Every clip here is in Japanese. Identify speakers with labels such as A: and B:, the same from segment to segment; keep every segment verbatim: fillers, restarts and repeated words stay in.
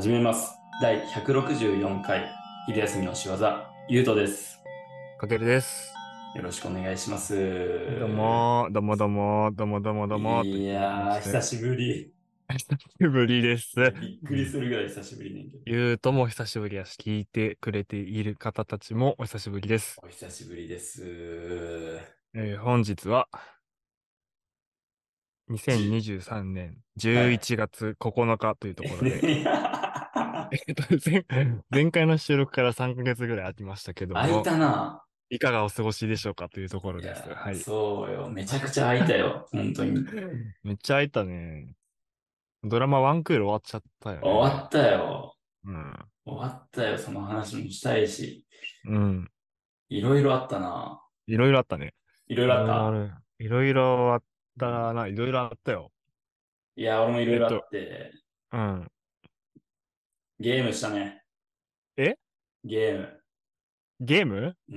A: 始めます。だいひゃくろくじゅうよんかい、昼休みの仕業、ゆうとです。
B: かけるです。
A: よろしくお願いします。
B: どうもー、どうもどうも、どうもどうもどうも、とい
A: い
B: ったところで
A: やー、
B: して。
A: 久しぶり。
B: 久しぶりです。
A: いや、びっくりす
B: うん。
A: るぐらい久しぶりねんけど。
B: ゆうとも久しぶりやし、聞いてくれている方たちもお久しぶりです。
A: お久しぶりです。
B: えー本日は
A: じ、
B: にせんにじゅうさんねん11
A: はい。
B: 月ここのかというところで、
A: いや
B: えっと、前、前回の収録からさんかげつぐらい空きましたけど
A: 空い
B: も、
A: たな。
B: いかがお過ごしでしょうかというところ
A: い
B: です。
A: やー、
B: はい。
A: そうよ。めちゃくちゃ空いたよ。本当に。
B: めっちゃ空いたね。ドラマワンクール終わっちゃったよね。
A: 終わったよ。
B: うん。
A: 終わったよ。その話もしたいし。
B: うん。
A: いろいろあったな。
B: いろいろあったね。
A: いろいろ
B: い
A: あった。
B: ろいろある。いろいろあっ
A: うん、
B: たな。いろいろあったよ。
A: いや、俺もいろいろあ
B: えっと、
A: って、
B: うん。
A: ゲームしたね。
B: え
A: ゲーム。
B: ゲーム
A: うん。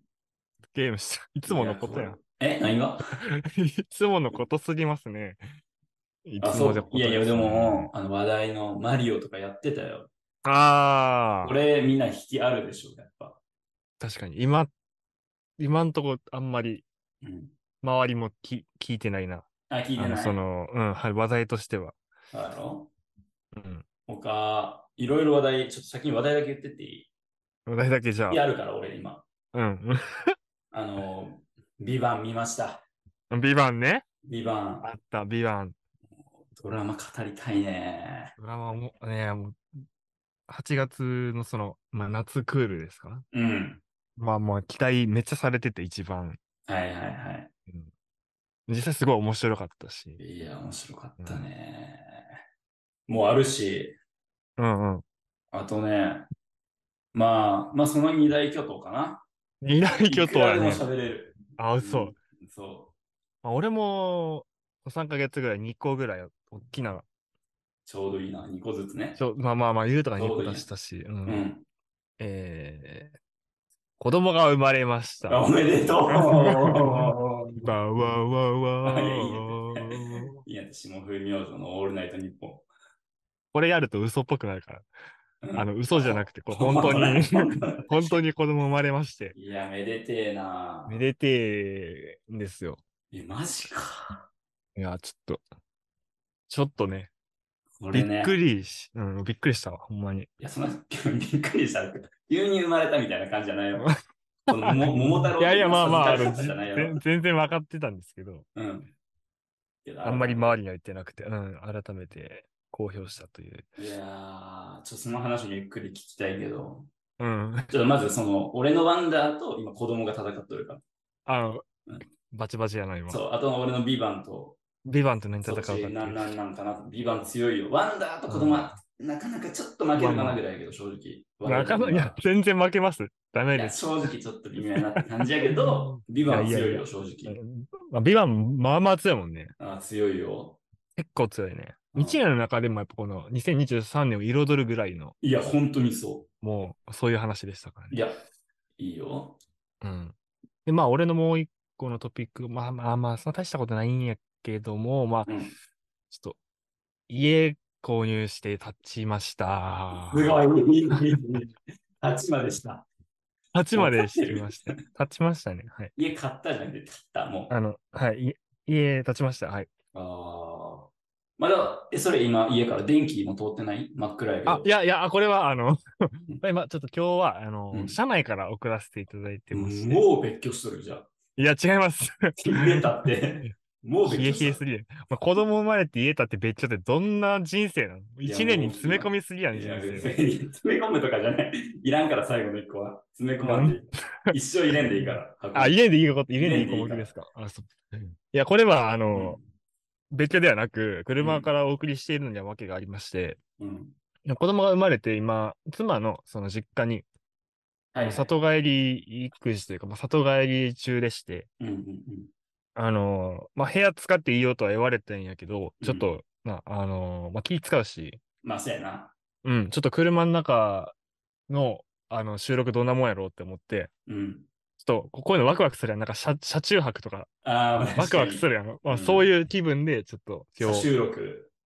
B: ゲームした。いつも
A: いや、これ。
B: のことやん。
A: え、何が？
B: いつものことすぎますね。い
A: あ、
B: つもの
A: そう。いやいや、で
B: ことです
A: も、
B: ね。
A: あの話題のマリオとかやってたよ。こ
B: ああ、
A: れみんな引きあるでしょ、やっぱ。
B: 確かに。今、今んとこあんまり
A: うん。
B: 周りもき聞いてないな。
A: あ、聞いて
B: あの、
A: ない。
B: その、うん、はい、話題としては。
A: そうやろ？
B: うん。
A: 他、いろいろ話題、ちょっと先に話題だけ言ってっていい？
B: 話題だけじゃあ、
A: いや、あるから、俺今。
B: うん。
A: あの、ビバン見ました。
B: ビバンね。
A: ビバン、
B: あった、ビバン。
A: ドラマ語りたいね。
B: ドラマもね、もうはちがつのその、まあ、夏クールですか？
A: うん。
B: まあまあ、期待めっちゃされてて一番。
A: はいはいはい。
B: うん、実際すごい面白かったし。
A: いや、面白かった
B: うん。
A: ね。もうあるし、
B: うんうん。
A: あとね、まあ、まあその二大巨頭かな。
B: 二大巨
A: いくらでも
B: 頭やね。
A: 喋れる。
B: あ、嘘。
A: うん、そう。
B: まあ、俺も、さんかげつぐらいにこぐらい、大きな、
A: ちょうどいいな。二個ずつね。
B: ちょ、まあまあまあ、言うとかにこ
A: ちょうどいいや。
B: 出したし、うん。
A: うん。
B: えー、子供が生まれまし
A: あ、お
B: た。
A: めでとう。
B: バワワ
A: あ、いや、いいんやって。
B: ワー。
A: いいんやって、霜降り明星のオールナイトニッポ
B: これやると嘘っぽくなるから。
A: ン。う
B: あの、
A: ん。あ、ほ、
B: 嘘じゃなくて、これ本当に
A: ほんとね。ほんとね。
B: 本当に子供生まれまして。
A: いや、めでてえな。
B: めでてえんですよ。
A: え、マジか。
B: いや、ちょっと、ちょっとね、
A: こ
B: びっく
A: れね。
B: りし、うん、びっくりしたわ、ほんまに。
A: いや、そんな、びっくりした。急に生まれたみたいな感じじゃないよ。その、も、桃太
B: いやいや、
A: 郎的な
B: まあまあ、あの、
A: 授かり方じゃ
B: じ、
A: ないよ。
B: ぜ全然分かってたんですけど、
A: うん。けど、
B: あんまり
A: 改めて。
B: 周りには言ってなくて、うん、改めて公表したという。
A: いやー、ちょっとその話もゆっくり聞きたいけど、
B: うん。
A: ちょっとまずその、俺のワンダーと今子供が戦ってるから。
B: あの、
A: うん。
B: バチバチやな、今。
A: そう、あと俺のビバンと、
B: ビバンと何戦
A: そっち、なん、
B: うかっていう。
A: なんなんかな。ビバン強いよ。ワンダーと子供は、
B: うん。
A: なかなかちょっと負けるかな
B: まあまあ、
A: ぐらいやけど、正直。話題
B: なかなか、いや、
A: 的には。
B: 全然負けます。ダ
A: いや、
B: メです。
A: 正直ちょっと微妙やなって感じやけど、ビ
B: い
A: バン
B: やいやいや。
A: は強いよ、正直。
B: うん、まあ、ビバン、まあまあ強いもんね。
A: あー、強いよ。
B: 結構強いね。
A: うん。
B: 一年の中でもやっぱこのにせんにじゅうさんねんを彩るぐらいの、
A: いや、本当にそ
B: もう、そういう話でしたから
A: う。い
B: ね。
A: や、いいよ。
B: うん。で、まあ、俺のもう一個のトピック、まあまあまあ、そんな大したことないんやけども、まあ、
A: うん。
B: ちょっと、家購入して立ちまし
A: すご
B: た。
A: い。立ちまでした。
B: 立ち
A: もう
B: までし
A: 立ってる。
B: ました。立ちましたね。はい。
A: 家買ったじゃんで、立った、も
B: あの、はい。い家立ちました。はい。
A: う。ああ。まだ、え、それ今家から電気も通ってない？真っ暗やけ
B: あ、い
A: ど。
B: やいや、これは、あの、
A: うん。
B: 今、ちょっと今日は、あの、
A: うん。
B: 社内から送らせていただいてまして。
A: もう別居しとるじゃん。
B: いや、違います。
A: 家建って、もう別
B: 冷え
A: 居した。
B: 冷えすぎる。まあ、子供生まれて家建って別居ってどんな人生なの？
A: いや、
B: 一年
A: もう
B: に詰め込
A: 今、
B: みすぎやん、
A: いや、
B: 人生を。
A: 別に詰め込むとかじゃない。いらんから最後の一個は。詰め込まんでいい。
B: なん
A: 一生入れんでいいから、箱
B: あ、
A: に。
B: 家でいいこと、
A: 入れ
B: 家でいい項
A: んでいいから。
B: 目ですか？あ、そう。いや、これは、あの、
A: うん。
B: 別居ではなく、車か
A: うん。
B: らお送りしているのには訳がありまして、
A: うん。
B: 子供が生まれて今、妻のその実家に、あの、
A: はいはい。
B: 里帰り育児というか、まあ、里帰り中でして、
A: うんうん
B: あの、まあ、部屋使っていいよとは言われてんやけど、
A: うん。うん。
B: ちょっと、な、あの、まあ、気使うし、
A: まあ、そうやな。
B: うん、ちょっと車の中の、あの、収録どんなもんやろうって思って、
A: うん。
B: ちょっと、こういうのワクワクするやん。なんか車、車中泊とか、
A: ああ、まあ
B: ワクワクす
A: 確かに。
B: るやん。まあ、そう
A: うん。
B: いう気分で、ちょっと、今日、
A: 車収録。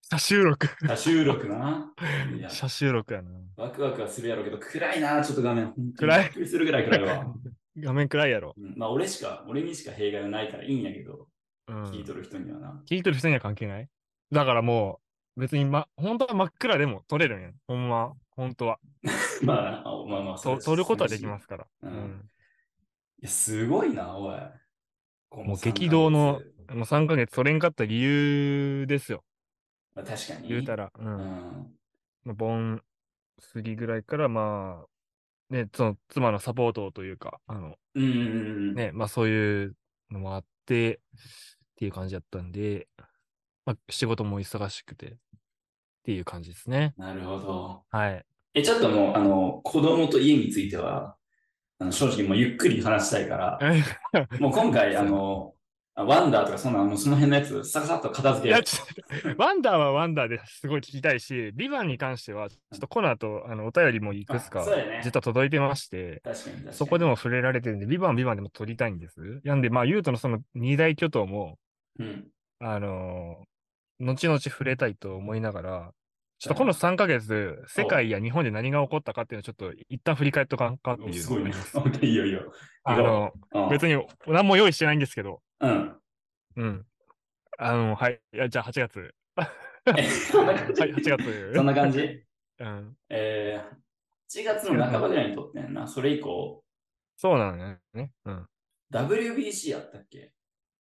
B: 写収録。
A: 写収録な。いや、
B: 写収録やな。
A: ワクワクはするやろうけど、暗いな、ちょっと画面。本当にび
B: 暗い。
A: っくりするぐらい暗いわ。
B: 画面暗いやろ。
A: うん、まあ、俺しか、俺にしか弊害はないからいいんやけど、
B: うん。
A: 聞いとる人にはな。
B: 聞いてる人には関係ない。だからもう、別にま、本当は真っ暗でも撮れるんや。ほんま、本当は。
A: まあな、あまあまあ、それ、
B: と、撮ることはでき
A: それし、
B: ますから。
A: うん。
B: うん。
A: いや、すごいな、おい。この3
B: もう激
A: ヶ
B: 動の、
A: 月。
B: もうさんかげつ撮れんかった理由ですよ。
A: まあ、確かに。
B: 言うたら。う
A: う
B: ん。
A: ん。
B: まあ、盆過ぎぐらいから、まあ、ね、その妻のサポートというか、あの、
A: うんうんうん。
B: ね、まあそういうのもあって、っていう感じだったんで、まあ仕事も忙しくてっていう感じですね。
A: なるほど。
B: はい。
A: え、ちょっともう、あの、子供と家については、あの正直もうゆっくり話したいから、もう今回、あ
B: そうやな。
A: の、あワンダーとかそんな、もうその辺のやつ、ささっと片付
B: いや、
A: けよ
B: ちょっと、ワンダーはワンダーですごい聞きたいし、ビバンに関しては、ちょっ
A: う。
B: とこの後、あの、お便りもいくつ
A: あ、そう
B: か、
A: やね。
B: 実は届いてまして、
A: 確かに確
B: そ
A: かに。
B: こでも触れられてるんで、ビバンはビバンでも撮りたいんです。なんで、まあ、ユートのその二大巨頭も、
A: うん。
B: あのー後々触れたいと思いながら、ちょっとこの
A: じゃあ、
B: さんかげつ、世
A: おう、
B: 界や日本で何が起こったかっていうのをちょっと一旦振り返っとかんかっていうの
A: おすごいね。
B: があります。
A: オッケー、いいよいいよ。行
B: あの、
A: こう。
B: 別に何も用意してないんですけど、
A: うん。うん。
B: うん。あの、はい。いや、じゃあはちがつ。
A: え、そんな感じ？
B: はい、はちがつ。
A: そんな感じ？
B: うん。
A: えー、はちがつの
B: はちがつの、
A: 半ばぐらいに撮ってんな。それ以降、
B: そうなのね。うん。
A: ダブリュービーシー やったっけ？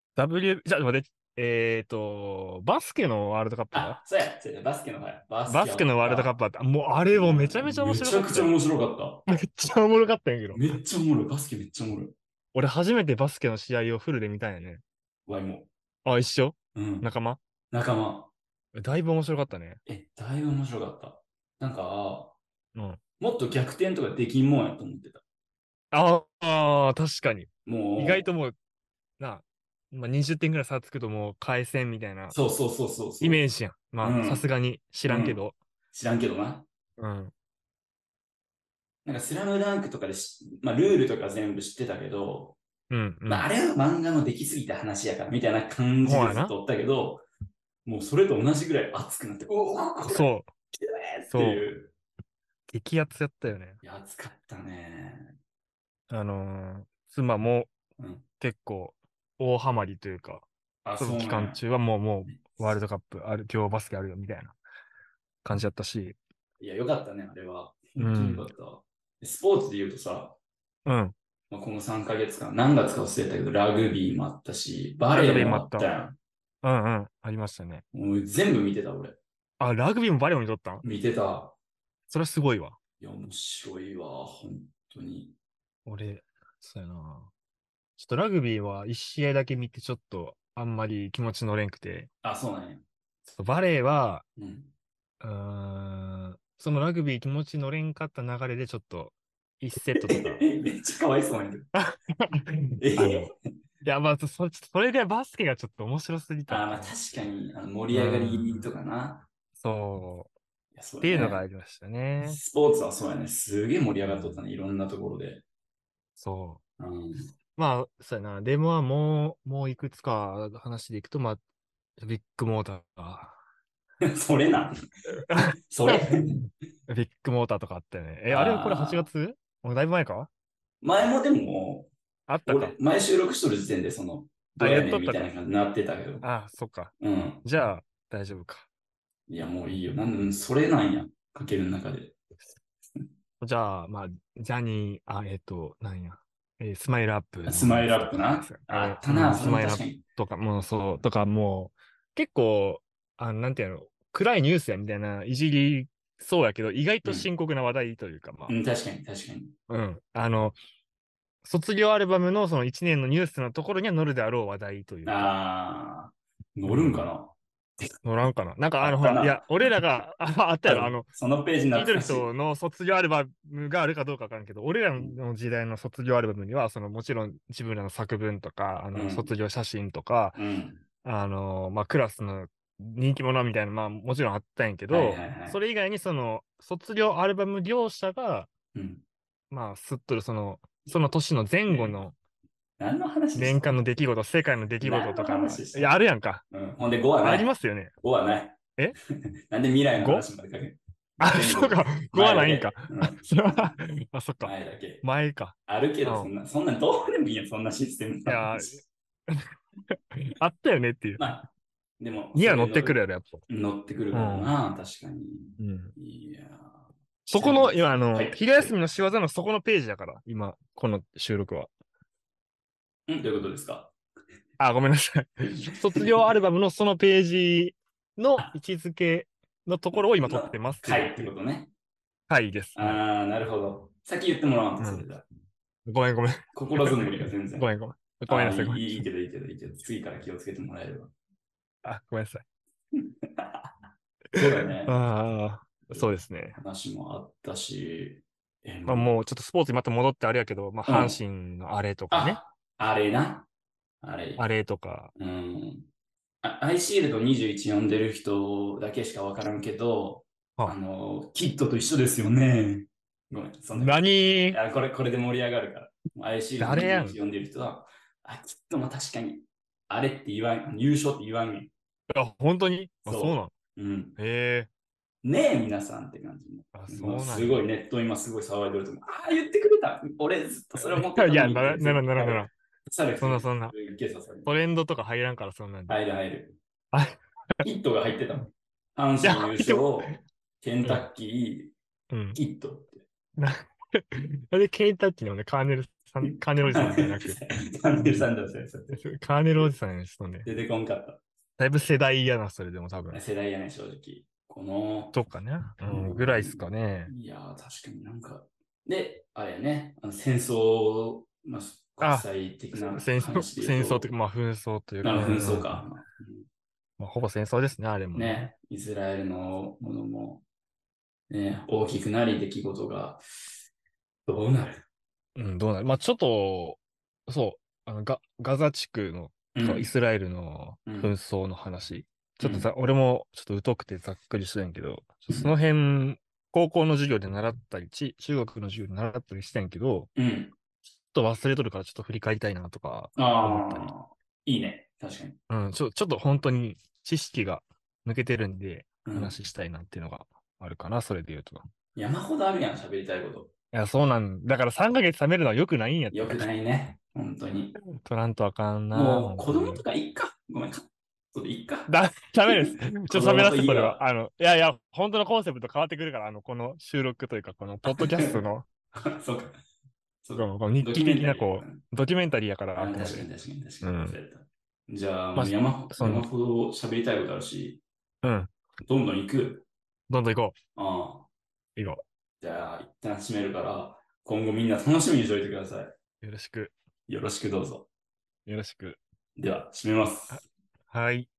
B: W、じゃあ待って、えっと、バスケのワールドカップは
A: あ、そうや、そうやバスケの方バスケあ
B: バスケのワールドカッ
A: った。
B: プはあもうあれもめちゃめちゃ面
A: めちゃ
B: 白かったよ。
A: くちゃ面白かった。
B: めっちゃおもろかったんやけど。
A: めっちゃおもろい。バスケめっちゃおもろい。
B: 俺初めてバスケの試合をフルで見たんやね。
A: ワイも。
B: あ、一緒
A: うん。
B: 仲間
A: 仲間。
B: だいぶ面白かったね。
A: え、だいぶ面白かった。なんか、
B: うん。
A: もっと逆転とかできんもんやと思ってた。
B: ああ、確かに。意外と
A: も
B: もう、な、まあ、にじゅってんぐらい差つくともう返せんみたい
A: う、
B: な
A: そうそうそうそうそ
B: イメージやん。
A: う。う
B: まあ、さす
A: ん。
B: がに知
A: うん。
B: らんけど。
A: 知らんけどな。
B: うん。
A: なんかスラムダンクとかでし、まあルールとか全部知ってたけど、
B: うん、う
A: まああ
B: ん。
A: れは漫画のできすぎた話やからみたいな感じ
B: ほうやな。
A: でずっとおったけど、もうそれと同じぐらい熱くなって、おお、これ、
B: そう、
A: きれいって
B: そう。
A: いう。
B: 激アツやったよね。
A: いや、熱かったね。
B: あのー妻も
A: うん。
B: 結構大ハマりというか、
A: あ、
B: その期
A: そうなんや。
B: 間中はもうもうワールドカップある、今日バスケあるよみたいな感じだったし。
A: いや、よかったね、あれは。本当によ
B: うん。
A: かった。スポーツで言うとさ、
B: うん。
A: まあ、このさんかげつかん、何月か忘れたけど、ラグビーもあったし、バ
B: ラグ
A: レーもあ
B: ビーもあった。
A: ったや
B: うんうん。ありましたね。
A: ん。もう全部見てた、俺。
B: あ、ラグビーもバレーも見とったん
A: 見てた。
B: それはすごいわ。
A: いや、面白いわ、本当に。
B: 俺、そうやな。ちょっとラグビーは一試合だけ見てちょっとあんまり気持ち乗れんくて、
A: あ、そうなんや。
B: ちょっとバレーは、
A: うん。
B: うーん、そのラグビー気持ち乗れんかった流れでちょっといちセットとか、
A: めっちゃかわいそうなんやけど。
B: あの、
A: え
B: いや、まあ、そ、そそれぐらいバスケがちょっと面白すぎたっ
A: あ、まあ
B: ていうの。
A: 確かに、あの盛
B: う
A: り上がりと
B: ん。
A: かな。
B: そう。
A: いや、そ
B: っていうのがあ
A: うやね。
B: りましたね。
A: スポーツはそうやね。すげえ盛り上がっとった
B: うん。
A: ね。いろんなところで。
B: そ
A: うん。
B: う。まあ、そうやな。でも、もう、もういくつか話でいくと、まあ、ビッグモーターが。
A: それな。それ。
B: ビッグモーターとかあったよね。え、あれはこれ8
A: ああ。
B: 月もうだいぶ前か
A: 前もでも、俺、
B: あったか。
A: 前収録しとる時点で、その、ど
B: あ、
A: うや
B: 言っ
A: ねんみたいな
B: とったか。
A: 感じになってたけど。
B: あ、そっか。
A: うん。
B: じゃあ、大丈夫か。
A: いや、もういいよ。なん、それなんや。かけるの中で。
B: じゃあ、まあ、ジャニー、あ、えっと、なんや。えースマイルアップの
A: スマイル
B: やつと
A: アップな。
B: かですよ。えーうん、
A: あったな。それ
B: スマイルアップ
A: も確かに。
B: とか、もうそう、とかもう、結構、あ、なんていうの、暗いニュースやみたいな、いじりそうやけど、意外と
A: うん。
B: 深刻な話題というか、ま
A: うん、確かに、確かに。
B: あ、うん。あの、卒業アルバムのそのいちねんのニュースのところには載るであろう話題というか、
A: あー、乗るんか
B: うん。
A: な？
B: 載らんかな。なんか、あの、ほら、い
A: あったな。
B: や、俺らが、あ、あったやろ、あ
A: ある。
B: の、
A: そのページ
B: 聞いてる
A: 懐かしい。
B: 人の卒業アルバムがあるかどうかわからんけど、俺ら
A: うん。
B: の時代の卒業アルバムには、そのもちろん自分らの作文とか、あの、
A: うん。
B: 卒業写真とか、
A: うん。
B: あの、まあ、クラスの人気者みたいな、まあ、もちろんあったんやけ
A: はい
B: ど、
A: はいはい。
B: それ以外にその、卒業アルバム業者が、
A: うん。
B: まあ、すっとるその、その年の前後
A: え、
B: の
A: 何の話し
B: 年間
A: とん？
B: の出来事、世界の出来事
A: 何の
B: とか、いや、
A: 話しとん？
B: あるやんか。
A: うん。ほんでごは
B: あ
A: ない。
B: りますよね。
A: ごはない。
B: え
A: なんで未来の
B: ご?
A: 話まで書け
B: あ、
A: 前後
B: そうか。ごはないんか。
A: 前だけ。うん、
B: それはあ、そっか。
A: 前だけ。
B: 前か。
A: あるけど、
B: うん。い
A: そんな、そんなどうでもいいや、そんなシステムの
B: や、
A: 話。
B: あったよねっていう。
A: まあ、でも、
B: には乗ってくる
A: それ乗る、
B: やろ、やっぱ。
A: 乗ってくる
B: うん。
A: からな、確かに。
B: うん。
A: いやー、
B: そこの、今、あの、
A: はい、
B: 昼休み
A: は
B: の仕業のそこのページだから、今、この収録は。
A: い。んどういうことですか？
B: あ、ごめんなさい。卒業アルバムのそのページの位置づけのところを今撮って
A: の
B: ますって
A: 回って
B: いう
A: ことね。
B: 回です。はい。
A: あー、なるほど。先言ってもらわんと、
B: うん。
A: それじゃ。
B: ごめんごめん。
A: 心づもりが全然。
B: ごめんごめん。ごめん
A: あー、
B: なさい、ごめん
A: いい、いい
B: なさい。
A: けどいいけどいいけど、次から気をつけてもらえれば。
B: あ、ごめんなさい。
A: そうだね。
B: ああ、そうですね。
A: 話もあったし、え、
B: まあ
A: もう、
B: もうちょっとスポーツにまた戻ってあれやけど、まあ阪
A: うん。
B: 神のあれとかね。
A: あ、あれな。あれ。
B: あれとか。
A: うん。あアイシールドにじゅういち読んでる人だけしかわからんけど、あ
B: あ、
A: の、キッドと一緒ですよね。ごめん、そんだけ。い
B: 何
A: や、これ、これで盛り上がるから。アイシールド
B: 誰やん。
A: にじゅういち読んでる人は、あ、キッドも確かに、あれって言わん、優勝って言わんねん。
B: あ、本当にあ、そうな
A: そ
B: ん。
A: う。うん。
B: へえ。
A: ねえ、皆さんって感じの。
B: あ、
A: まあ、
B: そうなんや。
A: すごいネット今すごい騒いでると思う。ああ、言ってくれた。俺ずっとそれ思って
B: いや、
A: たのにって
B: なら、なら、
A: 絶対入る。
B: ならなら。
A: されてる。
B: そんなそんな。
A: 受けさせる。
B: トレンドとか入らんから、そんなんで。
A: 入る入る。
B: あ、
A: ヒットが入ってたの。阪
B: いや、
A: 神優
B: でも、
A: 勝、ケンタ
B: うん、
A: ッキ
B: うん。
A: ー、ヒットって。
B: な、なんでケンタッキーのね、カーネルさん、カーネルおじさんみたいになくて。
A: サンデルサンダースやつ
B: カーネルおじさんやね、ちょっとね。
A: 出てこんかっ
B: だいぶ世代やな、それでも多
A: た。
B: 分。
A: 世代やね、正直。この、
B: とかね。う
A: う
B: ん、ぐらいっす
A: ん、
B: かね。
A: いやー、確かになんか。で、あれやね、あの戦争、まあ、国
B: あ、
A: 際的な
B: 戦争、
A: 話で言うと、
B: 戦争というか、まあ紛争というか、
A: あの紛
B: うんうん。
A: 争か。うん
B: まあ、ほぼ戦争ですね、あれもね。
A: ね、イスラエルのものも、ね、大きくなり出来事がどうなる？
B: うん、どうなるまあちょっと、そう、あの、ガ、ガザ地区の、とかイ
A: うん、
B: スラエルの紛
A: うん、
B: 争の話。ちょっとざ、
A: うん、
B: 俺もちょっと疎くてざっくりしてんけど、
A: うん、
B: その辺、高校の授業で習ったり、ち、中学の授業で習ったりしてんけど、
A: うん。
B: ちょっと忘れとるからちょっと振り返りたいなとか思ったり。
A: ああ、いいね。確かに。
B: うん、ちょ、ちょっと本当に知識が抜けてるんで、
A: うん。
B: 話したいなっていうのがあるかな、それで言うと。い
A: 山ほどあるやん、喋りたいこと。
B: や、そうなん、だからさんかげつ貯めるのは良くないんやって。
A: よくないね。本当に。
B: 取らんとあかんな、
A: もう、
B: 本当に。
A: 子供とかいっか。ごめんか。そうでいっか。
B: だ、ダメです。ちょっと喋ら
A: 子供と
B: せて、それは。
A: 家は。
B: あの、いやいや、本当のコンセプト変わってくるから、あの、この収録というか、このポッドキャストの、
A: そうか。そうか。
B: このこの日記
A: ドキュメン
B: 的な、こ
A: タリーやからね。
B: う、ドキュメンタリーやから、あ
A: あー、
B: くまで。
A: 確かに確かに確かに。忘
B: うん。
A: れた。じゃあ、
B: ま
A: もう山、
B: あ、その、
A: 山ほど喋りたいことあるし、
B: うん。
A: どんどん行く。
B: どんどん行こ
A: ああ。
B: う。行こ
A: じゃあ、一旦閉めるから、今後みんな楽しみにしておいてくださ
B: う。よろしく。
A: い。よろしくどうぞ。
B: よろしく。
A: では、閉めま
B: は、
A: す。
B: はい。